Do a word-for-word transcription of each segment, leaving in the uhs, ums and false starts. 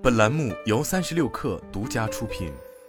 本栏目由三十六氪独家出品。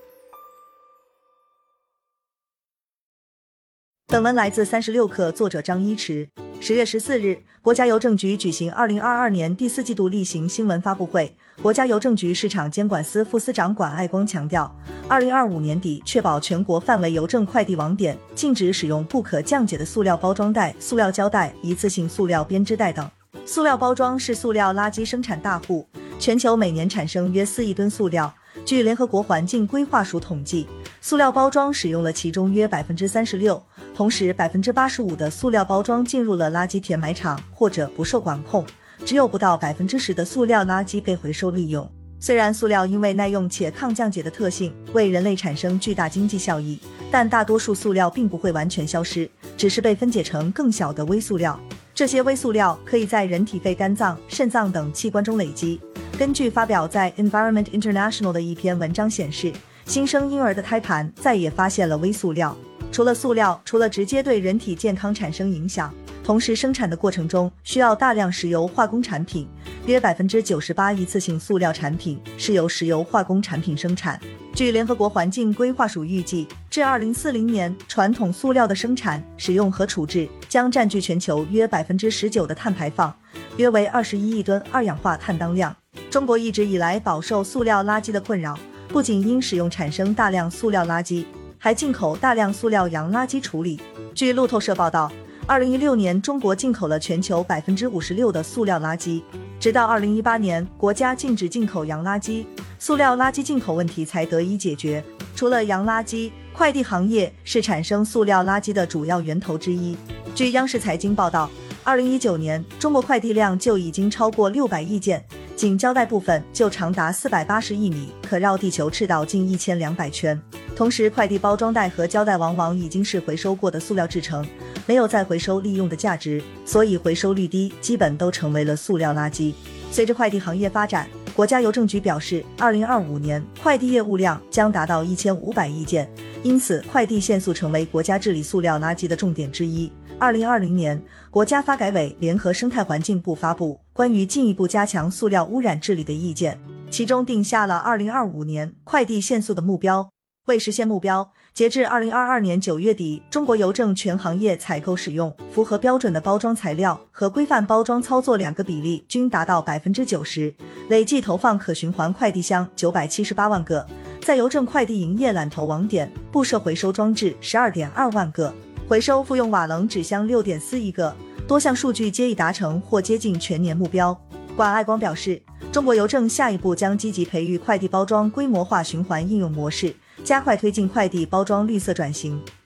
本文来自三十六氪，作者张一驰。十月十四日，国家邮政局举行二零二二年第四季度例行新闻发布会。国家邮政局市场监管司副司长管爱光强调，二零二五年底确保全国范围邮政快递网点禁止使用不可降解的塑料包装袋、塑料胶带、一次性塑料编织袋等。塑料包装是塑料垃圾生产大户，全球每年产生约四亿吨塑料。据联合国环境规划署统计，塑料包装使用了其中约 百分之三十六， 同时 百分之八十五 的塑料包装进入了垃圾填埋场或者不受管控，只有不到 百分之十 的塑料垃圾被回收利用。虽然塑料因为耐用且抗降解的特性为人类产生巨大经济效益，但大多数塑料并不会完全消失，只是被分解成更小的微塑料。这些微塑料可以在人体肺、肝脏、肾脏等器官中累积。根据发表在 Environment International 的一篇文章显示，新生婴儿的胎盘再也发现了微塑料。除了塑料，除了直接对人体健康产生影响，同时生产的过程中需要大量石油化工产品，约 百分之九十八 一次性塑料产品是由石油化工产品生产。据联合国环境规划署预计，至二零四零年，传统塑料的生产、使用和处置将占据全球约 百分之十九 的碳排放，约为二十一亿吨二氧化碳当量。中国一直以来饱受塑料垃圾的困扰，不仅因使用产生大量塑料垃圾，还进口大量塑料洋垃圾处理。据路透社报道，二零一六年中国进口了全球 百分之五十六 的塑料垃圾，直到二零一八年国家禁止进口洋垃圾，塑料垃圾进口问题才得以解决。除了洋垃圾，快递行业是产生塑料垃圾的主要源头之一。据央视财经报道，二零一九年中国快递量就已经超过六百亿件，仅胶带部分就长达四百八十亿米，可绕地球赤道近一千两百圈。同时，快递包装袋和胶带往往已经是回收过的塑料制成，没有再回收利用的价值，所以回收率低，基本都成为了塑料垃圾。随着快递行业发展，国家邮政局表示，二零二五年快递业务量将达到一千五百亿件，因此快递限塑成为国家治理塑料垃圾的重点之一。二零二零年，国家发改委联合生态环境部发布关于进一步加强塑料污染治理的意见，其中定下了二零二五年快递限塑的目标。为实现目标，截至二零二二年九月底，中国邮政全行业采购使用符合标准的包装材料和规范包装操作两个比例均达到 百分之九十， 累计投放可循环快递箱九百七十八万个，在邮政快递营业揽投网点布设回收装置 十二点二万个，回收复用瓦楞纸箱 六点四亿个，多项数据皆已达成或接近全年目标。管爱光表示，中国邮政下一步将积极培育快递包装规模化循环应用模式，加快推进快递包装绿色转型。